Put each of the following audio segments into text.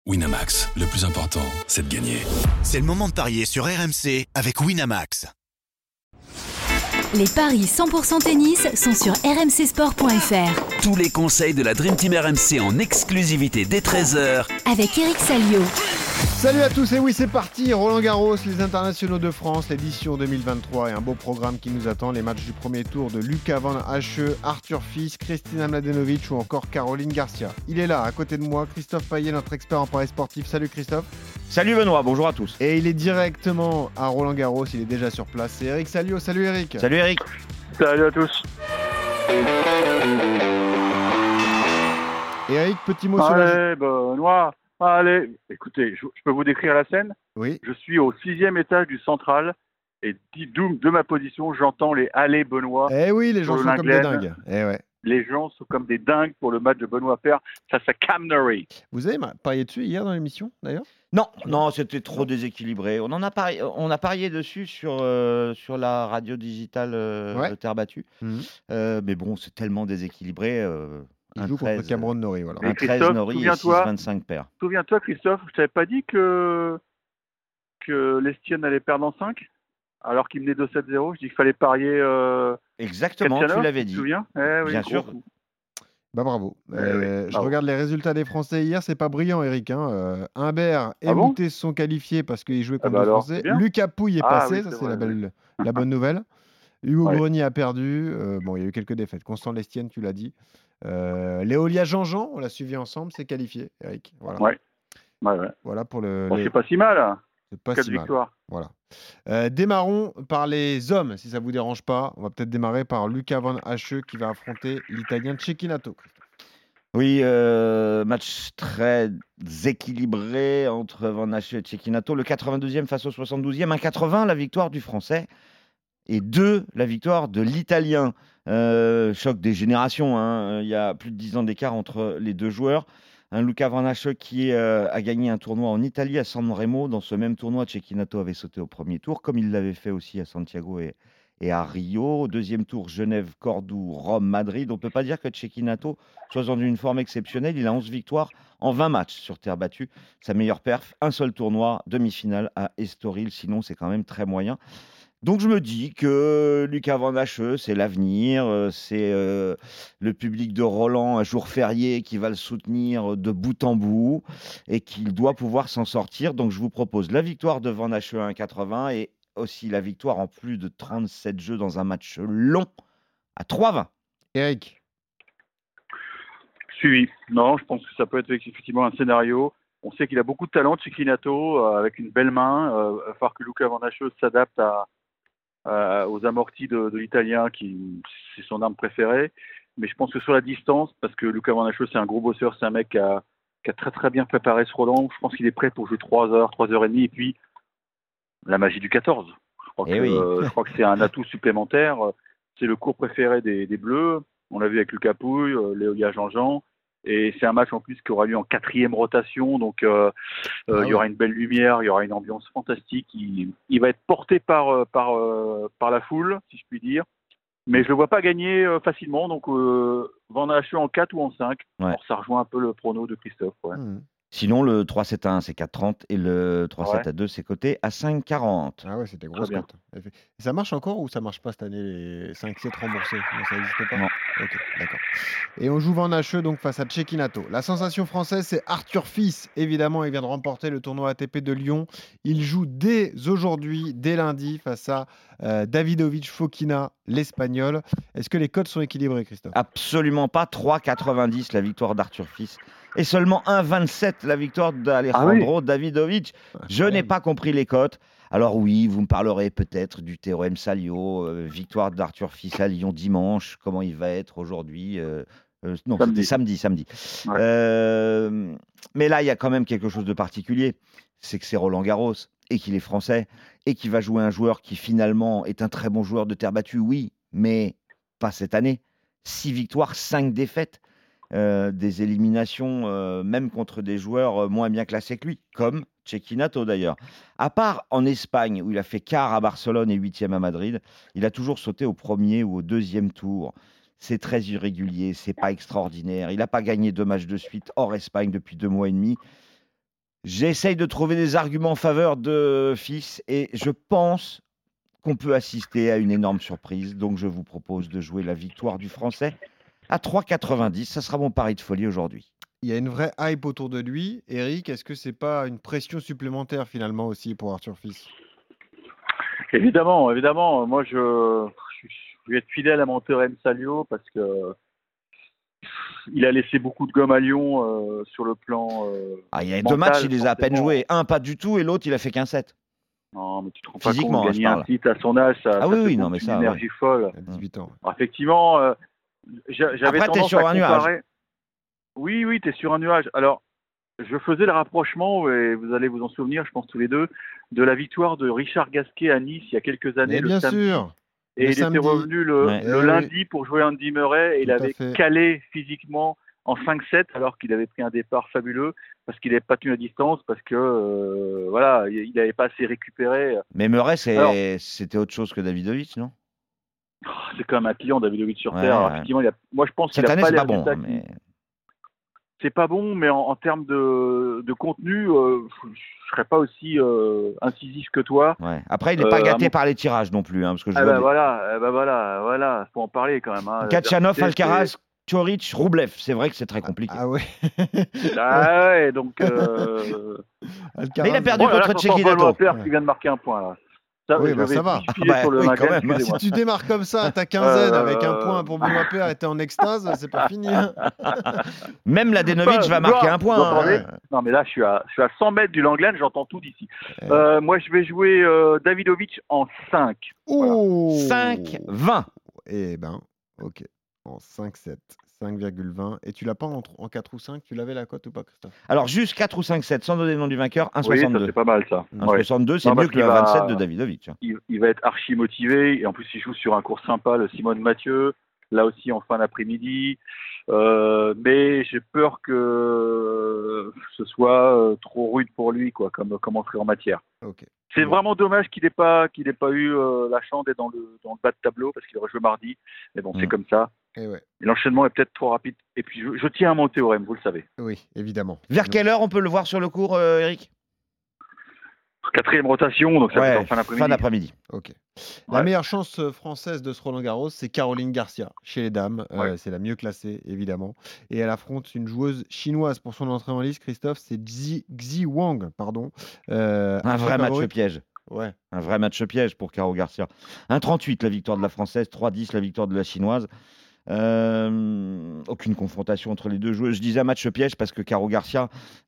Winamax, le plus important, c'est de gagner. C'est le moment de parier sur RMC avec Winamax. Les paris 100% tennis sont sur rmcsport.fr. Tous les conseils de la Dream Team RMC en exclusivité dès 13h Avec Eric Salio. Salut à tous, et oui c'est parti, Roland Garros, les internationaux de France, l'édition 2023 et un beau programme qui nous attend, les matchs du premier tour de Lucas Van Hache, Arthur Fils, Kristina Mladenovic ou encore Caroline Garcia. Il est là, à côté de moi, Christophe Payet, notre expert en paris sportif. Salut Christophe. Salut Benoît, bonjour à tous. Et il est directement à Roland Garros, il est déjà sur place, c'est Eric Salio. Salut Eric. Salut Eric. Salut à tous. Eric, petit mot sur Allez Benoît. Allez, écoutez, je peux vous décrire la scène ? Oui. Je suis au 6e étage du Central et de ma position, j'entends les allez Benoît. Eh oui, les gens sur sont le comme des Linglen. dingues. Eh ouais. Les gens sont comme des dingues pour le match de Benoît Paire face à Camnery. Vous avez parié dessus hier dans l'émission d'ailleurs ? Non, c'était trop déséquilibré. On a parié dessus sur la radio digitale de Terre Battue. Mais bon, c'est tellement déséquilibré. Il joue contre Cameron Norrie. Voilà. Un 13 Norrie et 6-25 paires. Souviens-toi Christophe, je t'avais pas dit que l'Estienne allait perdre en 5 alors qu'il menait 2-7-0. Je dis qu'il fallait parier. Exactement, Kachanov, tu l'avais dit. Tu te souviens ? Oui, Bien gros sûr. coup. Bah bravo. Je bravo. regarde les résultats des Français hier, c'est pas brillant Eric. Humbert et Ah bon Moutet se sont qualifiés parce qu'ils jouaient contre les alors, Français. c'est bien. Lucas Pouille est passé, oui, ça c'est c'est vrai, la bonne nouvelle. Hugo Ouais. Grenier a perdu. Bon, il y a eu quelques défaites. Constant Lestienne, tu l'as dit. Léolia Jean-Jean, on l'a suivi ensemble, c'est qualifié Eric. Voilà. Ouais. Voilà pour le. Bon, c'est pas si mal. Hein. C'est pas 4 si mal. victoires. Voilà. Démarrons par les hommes, si ça vous dérange pas. On va peut-être démarrer par Lucas Van Hache qui va affronter l'Italien Cecchinato. Oui, match très équilibré entre Van Hache et Cecchinato. Le 82e face au 72e. 1,80 la victoire du Français. Et 2 la victoire de l'Italien. Choc des générations. Il y a plus de 10 ans d'écart entre les deux joueurs. Luca Van Hache qui a gagné un tournoi en Italie à San Remo. Dans ce même tournoi, Cecchinato avait sauté au premier tour, comme il l'avait fait aussi à Santiago et à Rio. Au deuxième tour, Genève, Cordoue, Rome, Madrid. On ne peut pas dire que Cecchinato soit dans une forme exceptionnelle. Il a 11 victoires en 20 matchs sur terre battue. Sa meilleure perf, un seul tournoi, demi-finale à Estoril. Sinon, c'est quand même très moyen. Donc je me dis que Lucas Van Hache, c'est l'avenir, c'est le public de Roland, un jour férié, qui va le soutenir de bout en bout et qu'il doit pouvoir s'en sortir. Donc je vous propose la victoire de Van Hache à 1,80 et aussi la victoire en plus de 37 jeux dans un match long à 3,20. Eric. Suivi. Non, je pense que ça peut être effectivement un scénario. On sait qu'il a beaucoup de talent, Cecchinato, avec une belle main. Il va falloir que Lucas Van Hache s'adapte aux amortis de l'Italien, qui c'est son arme préférée. Mais je pense que sur la distance, parce que Lucas Van Hache, c'est un gros bosseur, c'est un mec qui a très très bien préparé ce Roland. Je pense qu'il est prêt pour jouer 3 heures, 3h30. Et puis, la magie du 14. Je crois que c'est un atout supplémentaire. C'est le cours préféré des Bleus. On l'a vu avec Lucas Pouille, Léolia Jean-Jean. Et c'est un match en plus qui aura lieu en 4e rotation. Donc, il y aura une belle lumière, il y aura une ambiance fantastique. Il va être porté par la foule, si je puis dire. Mais je le vois pas gagner facilement. Donc, Van Hache en 4 ou en 5. Ouais. Alors, ça rejoint un peu le prono de Christophe. Ouais. Sinon, le 3-7-1, c'est 4,30 et le 3-7-2, c'est coté à 5,40. Ah ouais, c'était grosse Très bien. cote. Et ça marche encore ou ça marche pas cette année, les 5-7 remboursés? Non, ça n'existe pas. Non. Ok, d'accord. Et on joue Van Hache donc face à Cecchinato. La sensation française, c'est Arthur Fils. Évidemment, il vient de remporter le tournoi ATP de Lyon. Il joue dès aujourd'hui, dès lundi, face à Davidovich Fokina, l'Espagnol. Est-ce que les cotes sont équilibrées, Christophe? Absolument pas. 3,90 la victoire d'Arthur Fils. Et seulement 1,27 la victoire d'Alejandro Davidovich. Je n'ai pas compris les cotes. Alors oui, vous me parlerez peut-être du théorème Salio, victoire d'Arthur Fils à Lyon dimanche, comment il va être aujourd'hui non, c'était samedi. Ouais. Mais là, il y a quand même quelque chose de particulier. C'est que c'est Roland Garros et qu'il est français et qu'il va jouer un joueur qui finalement est un très bon joueur de terre battue, oui, mais pas cette année. 6 victoires, 5 défaites. Des éliminations, même contre des joueurs moins bien classés que lui, comme Cecchinato d'ailleurs. À part en Espagne, où il a fait quart à Barcelone et 8e à Madrid, il a toujours sauté au premier ou au deuxième tour. C'est très irrégulier, c'est pas extraordinaire. Il n'a pas gagné 2 matchs de suite hors Espagne depuis 2 mois et demi. J'essaye de trouver des arguments en faveur de Fils et je pense qu'on peut assister à une énorme surprise. Donc, je vous propose de jouer la victoire du Français à 3,90. Ça sera mon pari de folie aujourd'hui. Il y a une vraie hype autour de lui. Eric, est-ce que c'est pas une pression supplémentaire finalement aussi pour Arthur Fils? Évidemment, évidemment. Moi, je vais être fidèle à mon théorème Salio parce que il a laissé beaucoup de gomme à Lyon sur le plan. Il y a mental, 2 matchs, il les a à peine forcément. joués. Un, pas du tout, et l'autre, il a fait qu'un set. Non, mais tu te rends pas Physiquement, compte, hein, je gagner un parle. titre à son âge, ça oui, te oui, non, coûte mais une ça, énergie folle. À 18 ans. Alors, effectivement, j'avais Après, t'es tendance sur à un nuage. comparer. Oui, t'es sur un nuage. Alors, je faisais le rapprochement, et vous allez vous en souvenir, je pense tous les deux, de la victoire de Richard Gasquet à Nice il y a quelques années. Mais le bien samedi. sûr. Et le il samedi. était revenu le Ouais. Eh oui. lundi pour jouer Andy Murray et il Tout à avait fait. calé physiquement en 5-7 alors qu'il avait pris un départ fabuleux parce qu'il n'avait pas tenu la distance, parce que voilà, il n'avait pas assez récupéré. Mais Murray, Alors- c'était autre chose que Davidovich, non? C'est quand même un client Davidovich sur Ouais, terre. Alors, ouais. effectivement, moi je pense qu'il Cette a année, pas c'est les pas bon. résultats Mais... C'est pas bon, mais en termes de contenu, je serais pas aussi incisif que toi. Ouais. Après, il n'est pas à gâté mon- par les tirages non plus. Hein, parce que je Ah vois bah des- voilà, faut en parler quand même. Hein. Kachanov, L'adversité, Alcaraz, Tchoric, Roublev. C'est vrai que c'est très compliqué. Ah ouais. Ah ouais, donc. Alcaraz. Mais il a perdu Oh là là, contre j'entends Paul Cecchinato. Wapper Ouais. qui vient de marquer un point là. Ça, Oui, je bah, vais ça va. diffuser Ah bah, sur le oui, magasin, quand même. Si excusez-moi. tu démarres comme ça à ta quinzaine avec un Euh, point pour Benoît Paire et t'es en extase, c'est pas fini. Hein. Même Ladenovic va marquer un point. Vous hein. entendez Non, mais là, je suis à 100 mètres du Langlen, j'entends tout d'ici. Ouais. Moi, je vais jouer Davidovich en 5. Oh 5-20. Eh ben, ok. En 5,7. 5,20. Et tu l'as pas en 4 ou 5? Tu l'avais la cote ou pas, Christophe? Alors, juste 4 ou 5-7, sans donner le nom du vainqueur, Oui, ça, 1,62. c'est pas mal, ça. Ouais. 1,62, c'est Non, mieux parce que le qu'il va- 1,27 de Davidovich. hein. Il va être archi motivé, et en plus, il joue sur un cours sympa, le Simone Mathieu, là aussi en fin d'après-midi. Mais j'ai peur que ce soit trop rude pour lui, quoi, comme entrée en matière. Ok. C'est Bon. vraiment dommage qu'il n'ait pas eu la chance d'être dans le bas de tableau parce qu'il aurait joué mardi. Mais bon, c'est comme ça. Et ouais. Et l'enchaînement est peut-être trop rapide. Et puis, je tiens à mon théorème, vous le savez. Oui, évidemment. Vers quelle heure on peut le voir sur le cours, Eric? 4e rotation, donc ça va être en fin fin d'après-midi. d'après-midi. Ok. La Ouais. meilleure chance française de ce Roland-Garros, c'est Caroline Garcia, chez les dames. Ouais. C'est la mieux classée, évidemment. Et elle affronte une joueuse chinoise pour son entrée en liste, Christophe, c'est Xi Wang, pardon. Un vrai match favorite. piège. Ouais. Un vrai match piège pour Caro Garcia. 1,38 la victoire de la Française, 3,10 la victoire de la Chinoise. Aucune confrontation entre les deux joueuses. Je disais un match piège parce que Caro Garcia,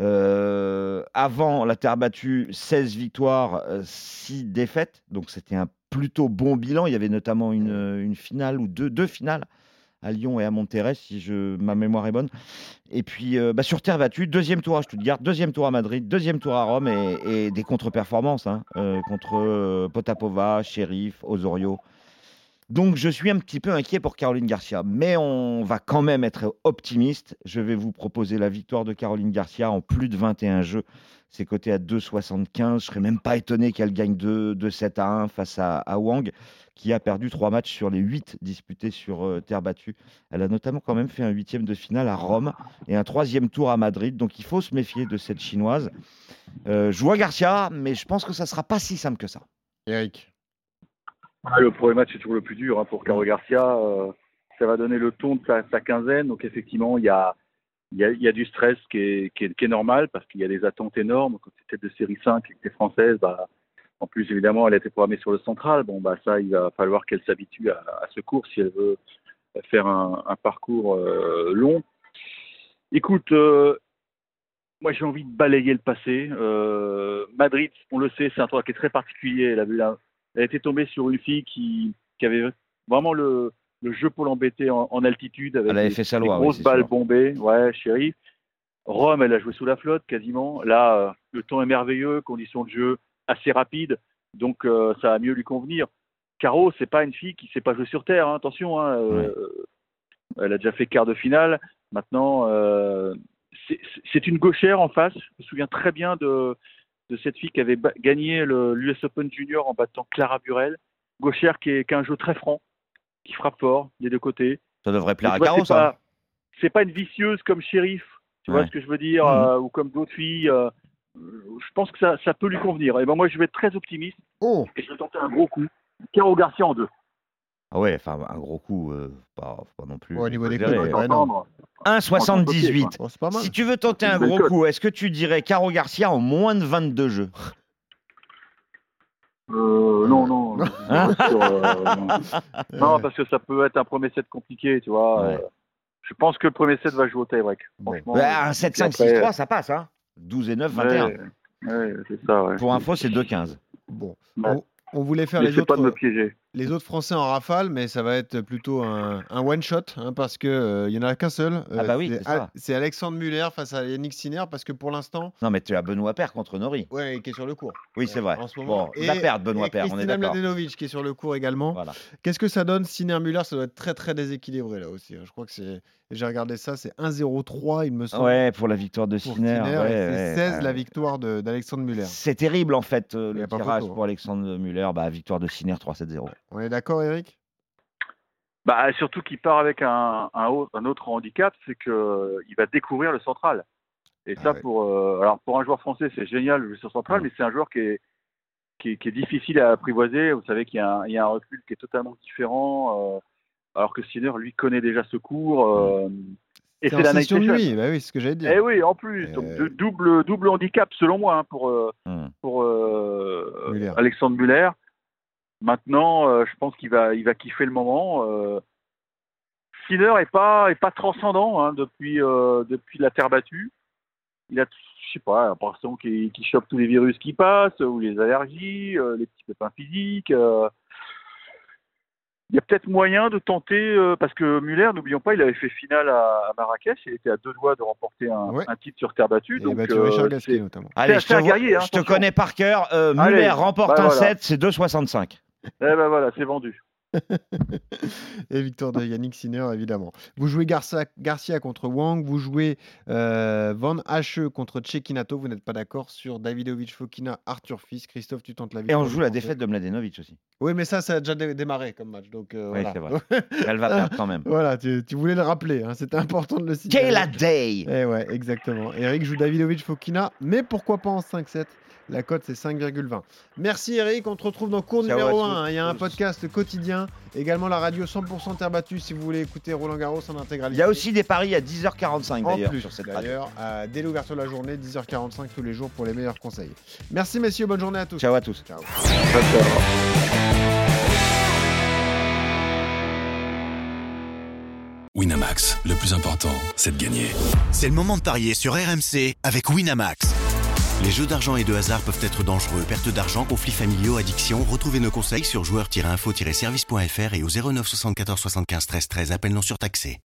avant la terre battue, 16 victoires, 6 défaites. Donc c'était un plutôt bon bilan. Il y avait notamment une finale ou deux finales à Lyon et à Monterrey, si ma mémoire est bonne. Et puis, sur terre battue, 2e tour à Stuttgart, 2e tour à Madrid, 2e tour à Rome et des contre-performances contre Potapova, Sheriff, Osorio. Donc, je suis un petit peu inquiet pour Caroline Garcia. Mais on va quand même être optimiste. Je vais vous proposer la victoire de Caroline Garcia en plus de 21 jeux. C'est coté à 2,75. Je ne serais même pas étonné qu'elle gagne 2-7-1 face à Wang, qui a perdu 3 matchs sur les 8 disputés sur terre battue. Elle a notamment quand même fait un 8e de finale à Rome et un 3e tour à Madrid. Donc, il faut se méfier de cette Chinoise. Je vois Garcia, mais je pense que ça ne sera pas si simple que ça. Eric. Le premier match, c'est toujours le plus dur pour Caro Garcia. Ça va donner le ton de sa quinzaine. Donc, effectivement, il y a du stress qui est normal parce qu'il y a des attentes énormes. Quand c'est tête de série 5 et que t'es française, en plus, évidemment, elle a été programmée sur le central. Bon, ça, il va falloir qu'elle s'habitue à ce cours si elle veut faire un parcours long. Écoute, moi, j'ai envie de balayer le passé. Madrid, on le sait, c'est un tournoi qui est très particulier. Elle était tombée sur une fille qui avait vraiment le jeu pour l'embêter en altitude avec Elle avait des fait sa loi, grosses c'est balles sûr. bombées. Ouais, chérie. Rome, elle a joué sous la flotte quasiment. Là, le temps est merveilleux, conditions de jeu assez rapides, donc ça va mieux lui convenir. Caro, c'est pas une fille qui sait pas jouer sur terre, hein, attention. Ouais. Elle a déjà fait quart de finale. Maintenant, c'est une gauchère en face. Je me souviens très bien de cette fille qui avait gagné l'US Open Junior en battant Clara Burel. Gauchère qui a un jeu très franc, qui frappe fort des deux côtés. Ça devrait plaire Et à tu vois, Caro, ça. c'est pas une vicieuse comme Sheriff, tu vois Ouais. ce que je veux dire, Mhm. ou comme d'autres filles. je pense que ça peut lui convenir. Et ben moi, je vais être très optimiste Oh, et je vais tenter un gros coup. Caro Garcia en 2. Ah ouais, enfin, un gros coup, pas non plus. au niveau des exagéré. codes, ouais, non. Entendre. 1,78. Bon, c'est pas mal. Si tu veux tenter C'est un une belle gros cote. coup, est-ce que tu dirais Caro Garcia en moins de 22 jeux? Non. Hein Non, parce que ça peut être un premier set compliqué, tu vois. Ouais. Je pense que le premier set va jouer au tie-break. Bon. Franchement. Un 7-5-6-3, ça passe, hein. 12 et 9, 21. Ouais, c'est ça, ouais. Pour info, c'est 2-15. Bon. Ouais. On voulait faire N'essaie pas de me piéger. les autres Français en rafale, mais ça va être plutôt un one-shot, hein, parce qu'il n'y en a qu'un seul. Ah bah oui, c'est ça. C'est Alexandre Muller face à Yannick Sinner, parce que pour l'instant, Non, mais tu as Benoît Paire contre Nori. ouais, qui est sur le cours. Oui, c'est vrai. En ce moment. Bon, il va perdre Benoît Paire, on est Kristina d'accord. Mladenovic qui est sur le cours également. Voilà. Qu'est-ce que ça donne Sinner-Muller? Ça doit être très très déséquilibré là aussi, hein. Je crois que c'est. J'ai regardé ça, c'est 1-0-3, il me semble. Ouais, pour la victoire de pour Sinner. Sinner, ouais, et ouais, c'est 16 ouais. la victoire d'Alexandre Muller. C'est terrible en fait, y a le pas tirage photo, hein. pour Alexandre Muller. Bah, victoire de Sinner 3-7-0. On est d'accord, Eric? Bah, surtout qu'il part avec un autre handicap, c'est qu'il va découvrir le central. Et ça, ouais. alors pour un joueur français, c'est génial le jeu sur central, mais c'est un joueur qui est difficile à apprivoiser. Vous savez qu'il y a un recul qui est totalement différent, alors que Sinner, lui, connaît déjà ce cours. Et C'est c'est en la night session de session. nuit, bah oui, c'est ce que j'allais te dire. Eh oui, en plus, donc double handicap selon moi, hein, pour Muller. Alexandre Muller. Maintenant, je pense qu'il va kiffer le moment. Sinner est pas transcendant, hein, depuis la terre battue. Il a, je sais pas, l'impression qu'il chope tous les virus qui passent, ou les allergies, les petits pépins physiques. Il y a peut-être moyen de tenter, parce que Muller, n'oublions pas, il avait fait finale à Marrakech, il était à 2 doigts de remporter un titre sur terre battue. Il a Donc, battu Richard Gasquet c'est- notamment. Allez, c'est un guerrier, hein, je te attention. connais par cœur. Muller Allez, remporte bah un voilà. 7, c'est 2,65. Eh ben voilà, c'est vendu. Et victoire de Yannick Sinner, évidemment. Vous jouez Garcia contre Wang, vous jouez Van Hache contre Cecchinato. Vous n'êtes pas d'accord sur Davidovic, Fokina, Arthur Fils. Christophe, tu tentes la Et victoire. on du joue la Français. défaite de Mladenovic aussi. Oui, mais ça a déjà démarré comme match. Donc, Oui, voilà. c'est vrai. Elle va perdre quand même. Voilà, tu voulais le rappeler. Hein, c'était important de le signaler. Kayla Day. Eh ouais, exactement. Eric joue Davidovic, Fokina, mais pourquoi pas en 5-7? La cote, c'est 5,20. Merci Eric, on te retrouve dans cours Ciao numéro à 1. tous. Il y a un podcast quotidien, également la radio 100% terre battue si vous voulez écouter Roland Garros en intégralité. Il y a aussi des paris à 10h45 en d'ailleurs plus, sur cette radio. d'ailleurs, dès l'ouverture de la journée, 10h45 tous les jours pour les meilleurs conseils. Merci messieurs, bonne journée à tous. Ciao à tous. Ciao. Winamax, le plus important, c'est de gagner. C'est le moment de parier sur RMC avec Winamax. Les jeux d'argent et de hasard peuvent être dangereux. Perte d'argent, conflits familiaux, addiction. Retrouvez nos conseils sur joueurs-info-service.fr et au 09 74 75 13 13. Appel non surtaxé.